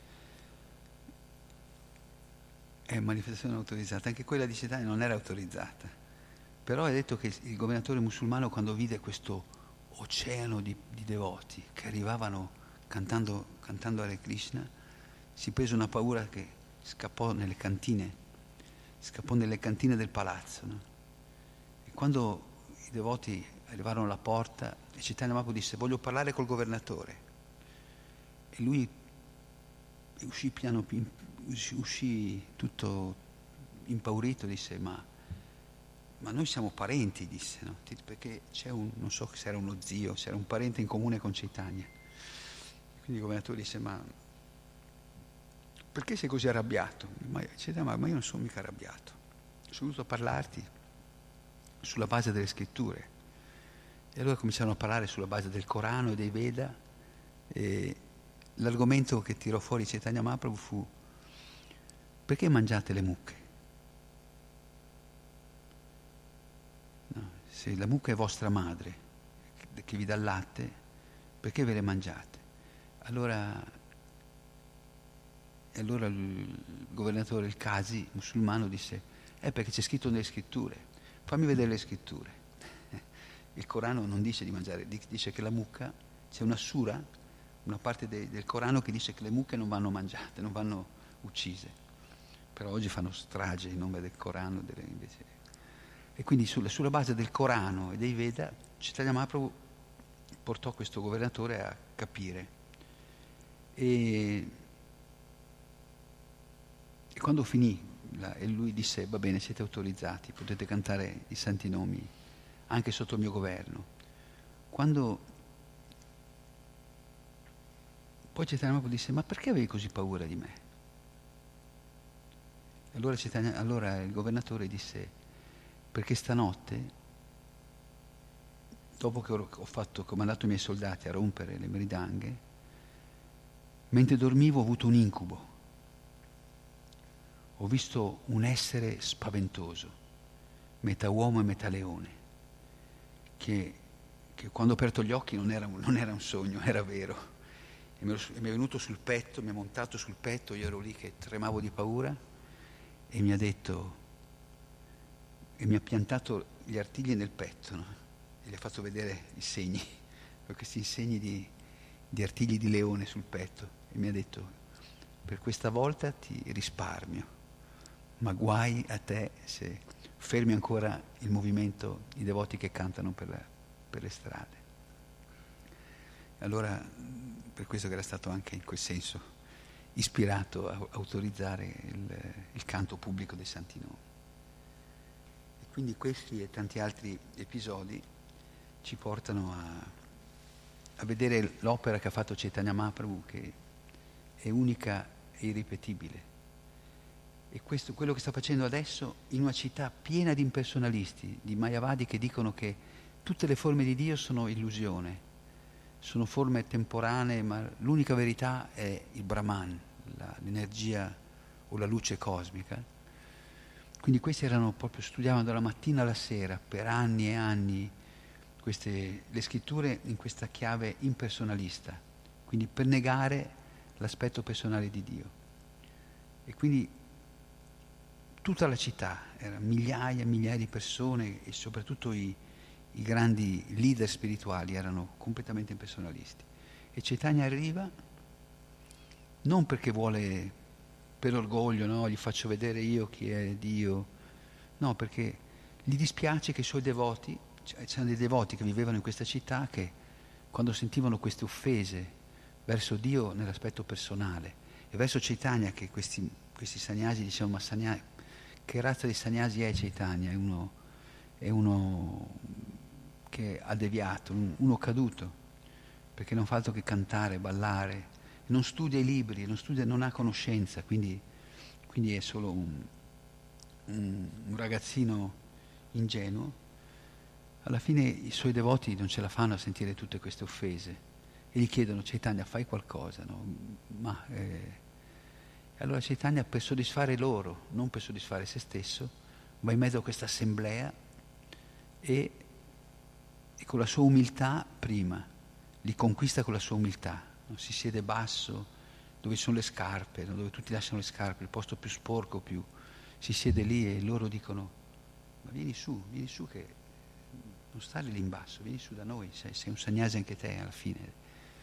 È manifestazione autorizzata, anche quella di Chaitanya non era autorizzata, però è detto che il governatore musulmano, quando vide questo oceano di, di devoti che arrivavano cantando, cantando Hare Krishna, si prese una paura che scappò nelle cantine, scappò nelle cantine del palazzo, no? E quando i devoti arrivarono alla porta, e Chaitanya Mahaprabhu disse: voglio parlare col governatore, e lui uscì piano piano, uscì tutto impaurito, disse: ma, ma noi siamo parenti, disse, no? Perché c'è un, non so se era uno zio, se era un parente in comune con Chaitanya. Quindi il governatore disse: ma perché sei così arrabbiato? Ma, Chaitanya, ma io non sono mica arrabbiato, sono venuto a parlarti sulla base delle scritture. E allora cominciarono a parlare sulla base del Corano e dei Veda, e l'argomento che tirò fuori Chaitanya Mahaprabhu fu: perché mangiate le mucche? No, se la mucca è vostra madre, che vi dà il latte, perché ve le mangiate? Allora, e allora il governatore, il Qazi musulmano, disse: eh, perché c'è scritto nelle scritture, fammi vedere le scritture. Il Corano non dice di mangiare, dice che la mucca, c'è una sura, una parte de, del Corano che dice che le mucche non vanno mangiate, non vanno uccise. Però oggi fanno strage in nome del Corano, delle, invece. E quindi sulla, sulla base del Corano e dei Veda, Chaitanya Mahaprabhu portò questo governatore a capire. E, e quando finì, la, e lui disse: va bene, siete autorizzati, potete cantare i santi nomi anche sotto il mio governo. Quando poi Chaitanya Mahaprabhu disse: ma perché avevi così paura di me? Allora, Chaitanya, allora il governatore disse: perché stanotte, dopo che ho, fatto, che ho mandato i miei soldati a rompere le mridanghe, mentre dormivo ho avuto un incubo. ho visto un essere spaventoso, metà uomo e metà leone, che, che quando ho aperto gli occhi non era, non era un sogno, era vero. E mi, e mi è venuto sul petto, mi ha montato sul petto, io ero lì che tremavo di paura, e mi ha detto, e mi ha piantato gli artigli nel petto, no? E gli ha fatto vedere i segni, questi segni di, di artigli di leone sul petto, e mi ha detto, per questa volta ti risparmio, ma guai a te se fermi ancora il movimento, i devoti che cantano per, la, per le strade. Allora, per questo che era stato anche in quel senso ispirato a autorizzare il, il canto pubblico dei Santi Nomi. E quindi questi e tanti altri episodi ci portano a, a vedere l'opera che ha fatto Chaitanya Mahaprabhu, che è unica e irripetibile. E questo, quello che sta facendo adesso in una città piena di impersonalisti, di Mayavadi, che dicono che tutte le forme di Dio sono illusione, sono forme temporanee, ma l'unica verità è il Brahman, la, l'energia o la luce cosmica. Quindi questi erano proprio, studiavano dalla mattina alla sera per anni e anni queste, le scritture in questa chiave impersonalista, quindi per negare l'aspetto personale di Dio. E quindi tutta la città, erano migliaia e migliaia di persone, e soprattutto i, i grandi leader spirituali erano completamente impersonalisti. E Chaitanya arriva non perché vuole, per orgoglio, no, gli faccio vedere io chi è Dio, no, perché gli dispiace che i suoi devoti, cioè, c'erano dei devoti che vivevano in questa città che quando sentivano queste offese verso Dio nell'aspetto personale e verso Chaitanya, che questi, questi sannyasi dicevano, ma sannyasi, che razza di sannyasi è Chaitanya? È uno, è uno che ha deviato, uno caduto, perché non fa altro che cantare, ballare, non studia i libri, non, studia, non ha conoscenza, quindi, quindi è solo un, un, un ragazzino ingenuo. Alla fine i suoi devoti non ce la fanno a sentire tutte queste offese e gli chiedono, Chaitanya, fai qualcosa, no? Ma eh... allora Chaitanya, per soddisfare loro, non per soddisfare se stesso, va in mezzo a questa assemblea e, e con la sua umiltà prima li conquista con la sua umiltà, no? Si siede basso dove ci sono le scarpe, no? Dove tutti lasciano le scarpe, il posto più sporco, più si siede lì e loro dicono, ma vieni su, vieni su che non stare lì in basso, vieni su da noi, sei, sei un sannyasi anche te alla fine.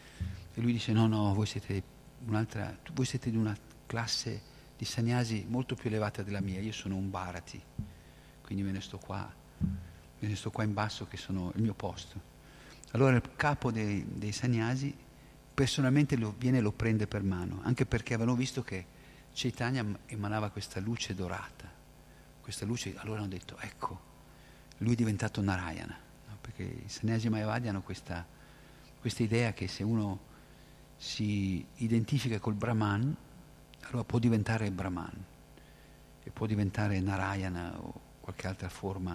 E lui dice, no, no, voi siete un'altra, voi siete di una classe di sannyasi molto più elevata della mia, io sono un bharati, quindi me ne sto qua, me ne sto qua in basso che sono il mio posto. Allora il capo dei, dei sannyasi personalmente lo, viene e lo prende per mano, anche perché avevano visto che Chaitanya emanava questa luce dorata, questa luce, allora hanno detto, ecco, lui è diventato Narayana, no? Perché i sannyasi Mayavadi hanno questa, questa idea che se uno si identifica col Brahman, allora può diventare Brahman e può diventare Narayana o qualche altra forma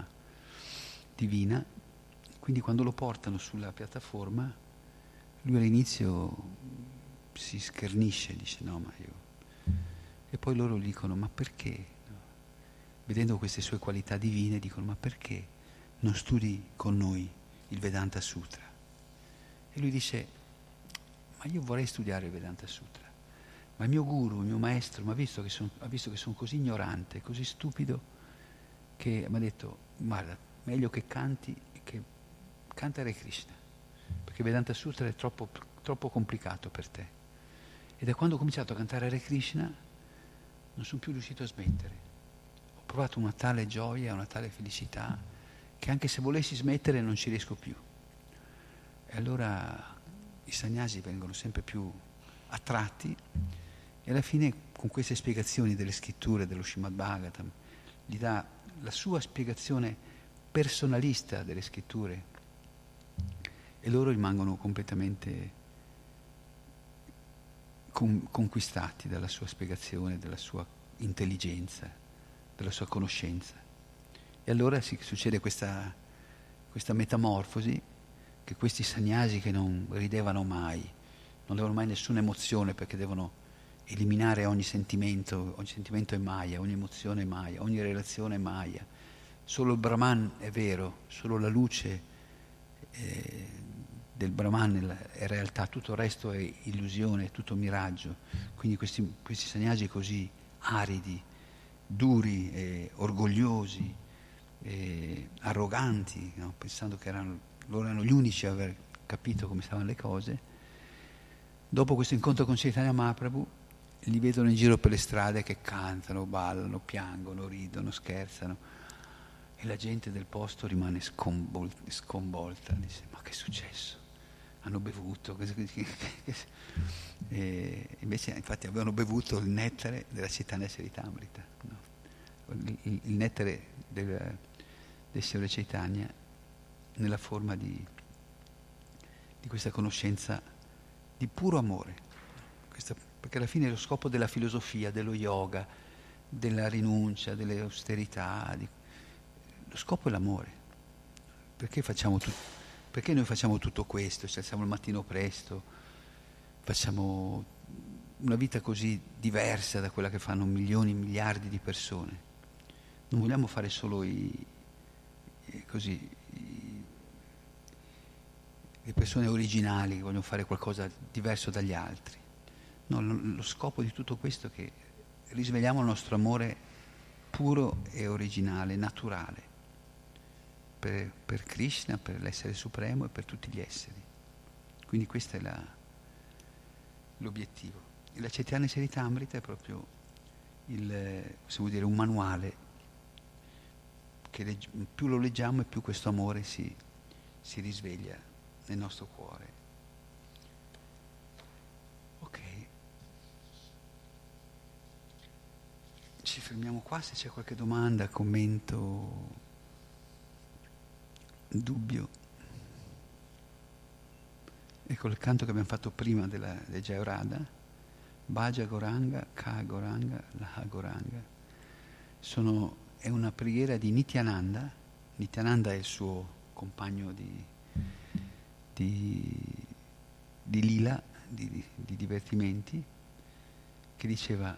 divina. Quindi quando lo portano sulla piattaforma, lui all'inizio si schernisce, dice no, ma io... E poi loro gli dicono, ma perché? No? Vedendo queste sue qualità divine, dicono, ma perché non studi con noi il Vedanta Sutra? E lui dice, ma io vorrei studiare il Vedanta Sutra, ma il mio guru, il mio maestro, mi ha visto che son, ha visto che sono così ignorante, così stupido, che mi ha detto, guarda, meglio che canti, che canta Hare Krishna, perché il Vedanta Sutra è troppo, troppo complicato per te. E da quando ho cominciato a cantare Hare Krishna non sono più riuscito a smettere. Ho provato una tale gioia, una tale felicità, che anche se volessi smettere non ci riesco più. E allora i sannyasi vengono sempre più attratti e alla fine con queste spiegazioni delle scritture, dello Srimad Bhagavatam, gli dà la sua spiegazione personalista delle scritture e loro rimangono completamente con, conquistati dalla sua spiegazione, dalla sua intelligenza, dalla sua conoscenza. E allora si succede questa, questa metamorfosi, che questi sannyasi che non ridevano mai, non avevano mai nessuna emozione perché devono eliminare ogni sentimento, ogni sentimento è Maya, ogni emozione è Maya, ogni relazione è Maya. Solo il Brahman è vero, solo la luce eh, del Brahman è realtà, tutto il resto è illusione, è tutto miraggio. Quindi questi, questi sannyasi così aridi, duri, eh, orgogliosi, eh, arroganti, no? Pensando che erano, loro erano gli unici a aver capito come stavano le cose, dopo questo incontro con Chaitanya Mahaprabhu li vedono in giro per le strade che cantano, ballano, piangono, ridono, scherzano, e la gente del posto rimane sconvolta, sconvolta. Dice: ma che è successo? Hanno bevuto? E invece infatti avevano bevuto il nettare della Chaitanya Charitamrita, no? il, il, il nettare del, del Signore Chaitanya nella forma di, di questa conoscenza di puro amore. Questa, perché alla fine è lo scopo della filosofia, dello yoga, della rinuncia, delle austerità, di, lo scopo è l'amore. Perché facciamo tutto? Perché noi facciamo tutto questo? Ci alziamo il mattino presto, facciamo una vita così diversa da quella che fanno milioni, miliardi di persone. Non vogliamo fare solo i, i, così, i, le persone originali che vogliono fare qualcosa diverso dagli altri. No, lo, lo scopo di tutto questo è che risvegliamo il nostro amore puro e originale, naturale, per, per Krishna, per l'essere supremo e per tutti gli esseri. Quindi questo è la, l'obiettivo. E la Chaitanya Charitamrita è proprio il, possiamo dire, un manuale che legge, più lo leggiamo e più questo amore si, si risveglia nel nostro cuore. Ok. Ci fermiamo qua, se c'è qualche domanda, commento, dubbio. Ecco il canto che abbiamo fatto prima della, del Jayarada, Bhaja Goranga, Ka Goranga, Laha Goranga. Sono, è una preghiera di Nityananda. Nityananda è il suo compagno di, di, di lila, di, di, di divertimenti, che diceva: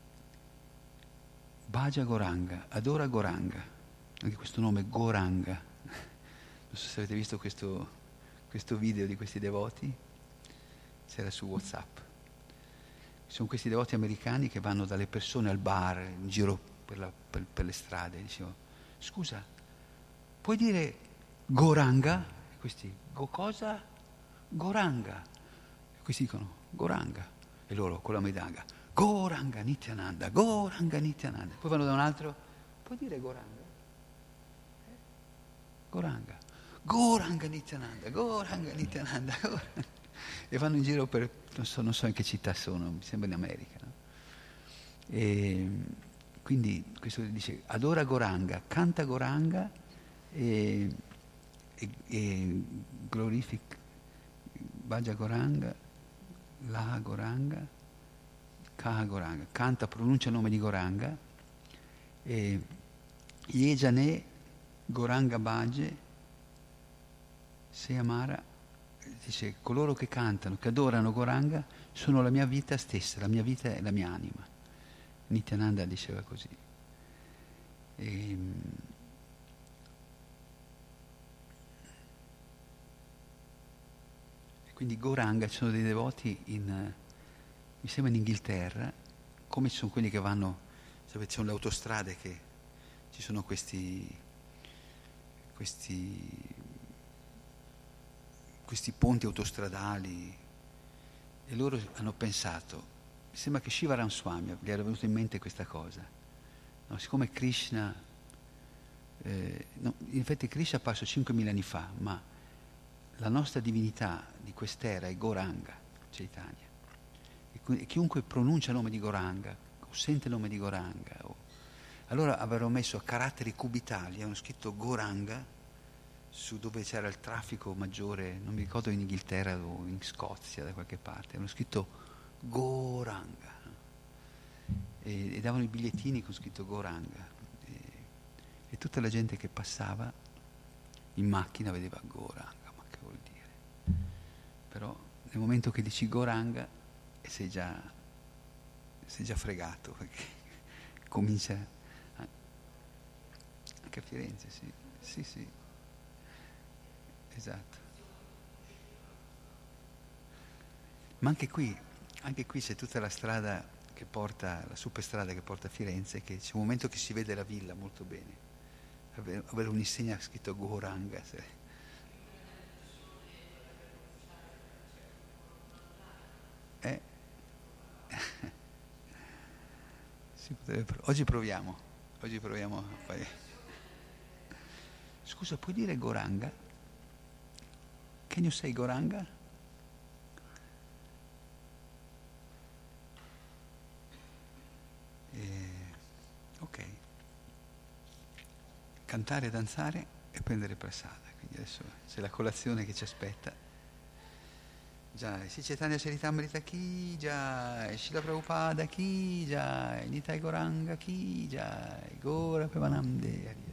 Bhaja Goranga, adora Goranga. Anche questo nome Goranga. Non so se avete visto questo, questo video di questi devoti, c'era su WhatsApp. Sono questi devoti americani che vanno dalle persone al bar, in giro per, la, per, per le strade. Dicevo: scusa, puoi dire Goranga? E questi: go cosa? Goranga. E questi dicono Goranga. E loro con la medaglia: Goranga Nityananda, Goranga Nityananda. Poi vanno da un altro: puoi dire Goranga? Eh? Goranga. Goranga Nityananda, Goranga Nityananda, Goranga. E vanno in giro per, non so, non so in che città sono, mi sembra in America, no? E quindi questo dice: adora Goranga, canta Goranga e, e, e glorifica Bhaja Goranga, Laha Goranga, Kaha Goranga, canta, pronuncia il nome di Goranga, e Yejane Goranga Bhaje Se Amara, dice: coloro che cantano, che adorano Goranga sono la mia vita stessa, la mia vita è la mia anima. Nityananda diceva così. E, e quindi Goranga, ci sono dei devoti in, mi sembra in Inghilterra, come ci sono quelli che vanno, sapete, ci sono le autostrade, che ci sono questi questi questi ponti autostradali, e loro hanno pensato, mi sembra che Shiva Ramaswamy gli era venuto in mente questa cosa, no, siccome Krishna, eh, no, in effetti Krishna è apparso cinquemila anni fa, ma la nostra divinità di quest'era è Goranga Chaitanya, e chiunque pronuncia il nome di Goranga o sente il nome di Goranga, o, allora avevano messo a caratteri cubitali, avevano scritto Goranga su dove c'era il traffico maggiore, non mi ricordo, in Inghilterra o in Scozia, da qualche parte, avevano scritto Goranga, no? e, e davano i bigliettini con scritto Goranga, e, e tutta la gente che passava in macchina vedeva Goranga, ma che vuol dire? Però nel momento che dici Goranga sei già sei già fregato, perché comincia anche a Firenze, sì, sì, sì, esatto. Ma anche qui, anche qui c'è tutta la strada che porta, la superstrada che porta a Firenze, che c'è un momento che si vede la villa molto bene, avere, avere un'insegna scritto Goranga. Se, eh. Si potrebbe prov- oggi proviamo, oggi proviamo a fare. Scusa, puoi dire Goranga? Can you say Goranga? Eh, ok. Cantare, danzare e prendere prasada. Quindi adesso c'è la colazione che ci aspetta. Jai Sri Chaitanya Charitamrita ki jai, Srila Prabhupada ki jai, Nitai Goranga ki jai, Gora Premanande Hari.